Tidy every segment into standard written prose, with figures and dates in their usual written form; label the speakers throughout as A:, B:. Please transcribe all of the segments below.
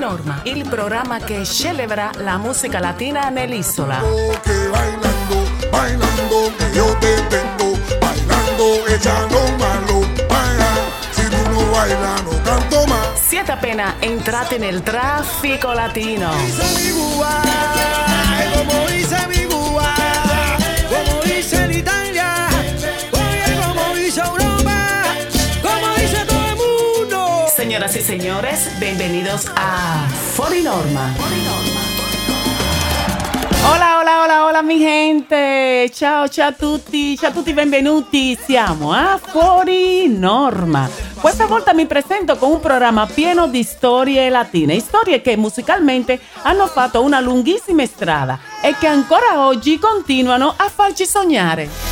A: Norma, il programma che celebra la musica latina nell'isola.
B: Que bailando, bailando, que yo te tengo, bailando, echando malo, baila, si tu no bailas no canto más.
A: Siete appena entrati nel traffico latino.
C: Como dice mi Cuba, como dice l'Italia, oye, como dice Europa, como dice todo el mundo.
A: Señoras y señores, bienvenidos a Fuori Norma. Hola, hola, hola, hola mi gente, ciao a tutti, benvenuti, siamo a Fuori Norma. Questa volta mi presento con un programma pieno di storie latine, storie che musicalmente hanno fatto una lunghissima strada e che ancora oggi continuano a farci sognare.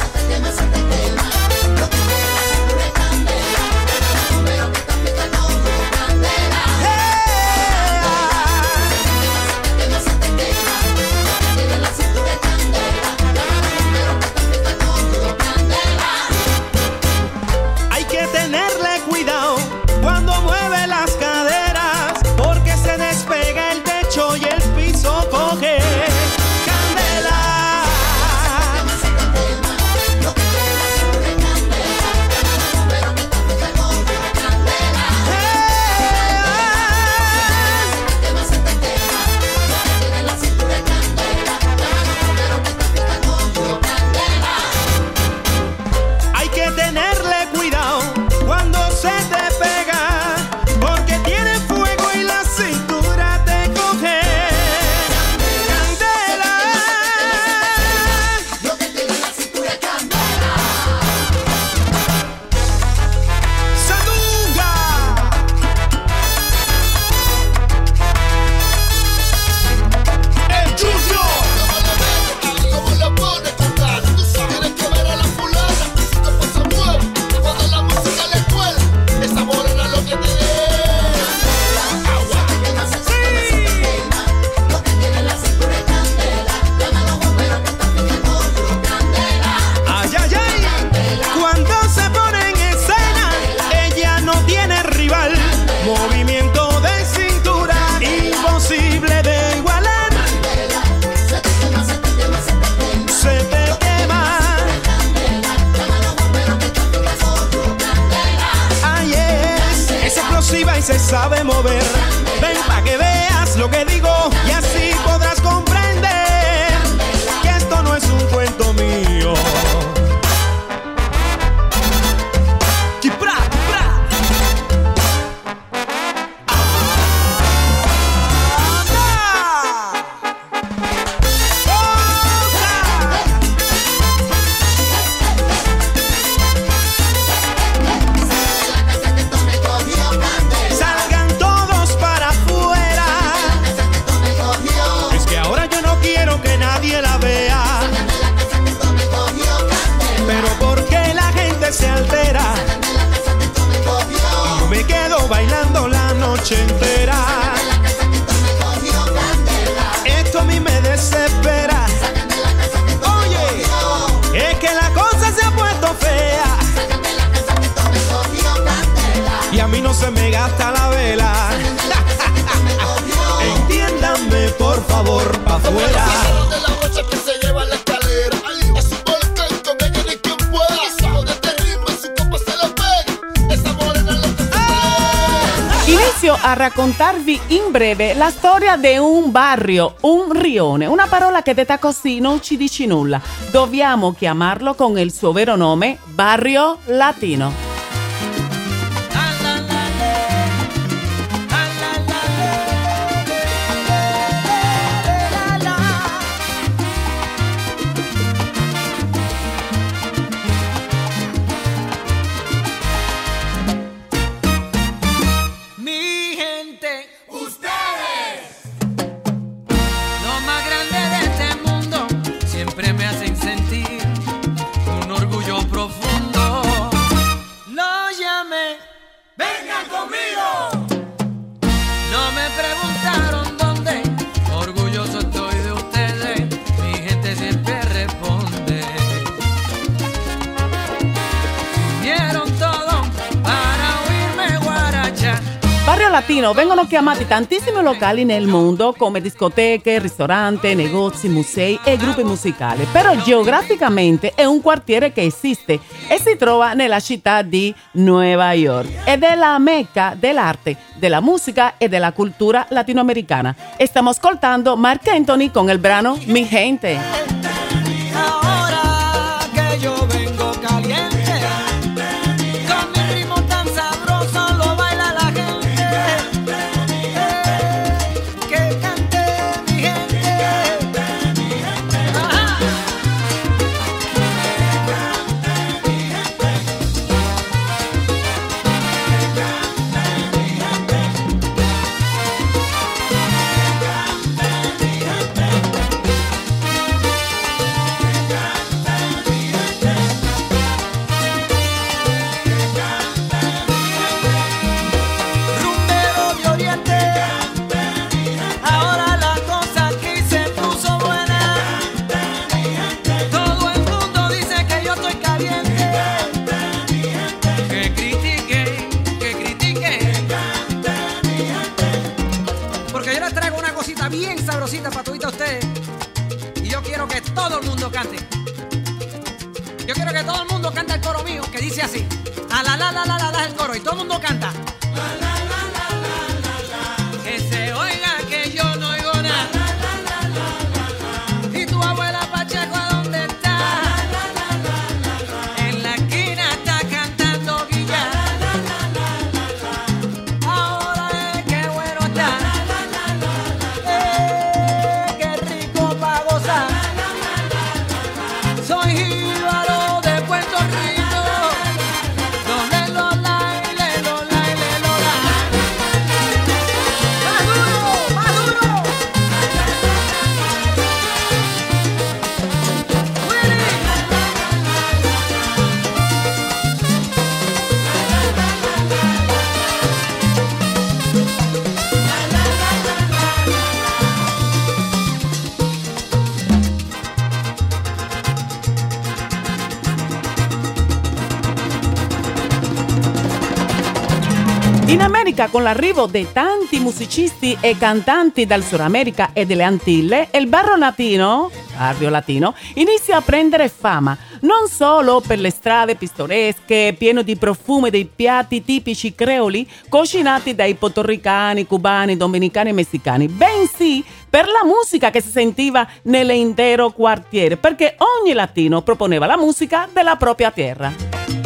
C: Se sabe mover, ven pa' que veas lo que digo y así podrás comprender que esto no es un cuento mío. Se altera, yo me quedo bailando la noche entera. Esto a mí me desespera. Oye, es que la cosa se ha puesto fea y a mí no se me gasta la vela. Entiéndanme por favor, pa' afuera.
A: Inizio a raccontarvi in breve la storia di un barrio, un rione, una parola che detta così non ci dice nulla. Dobbiamo chiamarlo con il suo vero nome, Barrio Latino.
D: Me hacen sentir un orgullo profundo
A: latino vengono chiamati tantissimi locali nel mondo come discoteche, ristoranti, negozi, musei e gruppi musicali, però geograficamente è un quartiere che esiste e si trova nella città di Nueva York ed è la mecca dell'arte, della musica e della cultura latinoamericana. Stiamo ascoltando Marc Anthony con il brano Mi Gente.
D: Yo quiero que todo el mundo cante el coro mío, que dice así. A la la la la la la el coro y todo el mundo canta. La la la la la la la. Que se oiga que yo no oigo nada. La la la la la la. Y tu abuela Pacheco, ¿a dónde está? La la la la la. En la esquina está cantando Guilla. La la la la la. Ahora es que bueno está. La la la la. Qué rico pa' gozar. Soy jíbaro de Puerto Rico, donde los lailes, más duro, más duro.
A: In America, con l'arrivo di tanti musicisti e cantanti dal Sud America e delle Antille, il barrio latino inizia a prendere fama, non solo per le strade pittoresche, pieno di profumi dei piatti tipici creoli, cucinati dai portoricani, cubani, dominicani e messicani, bensì per la musica che si sentiva nell'intero quartiere, perché ogni latino proponeva la musica della propria terra.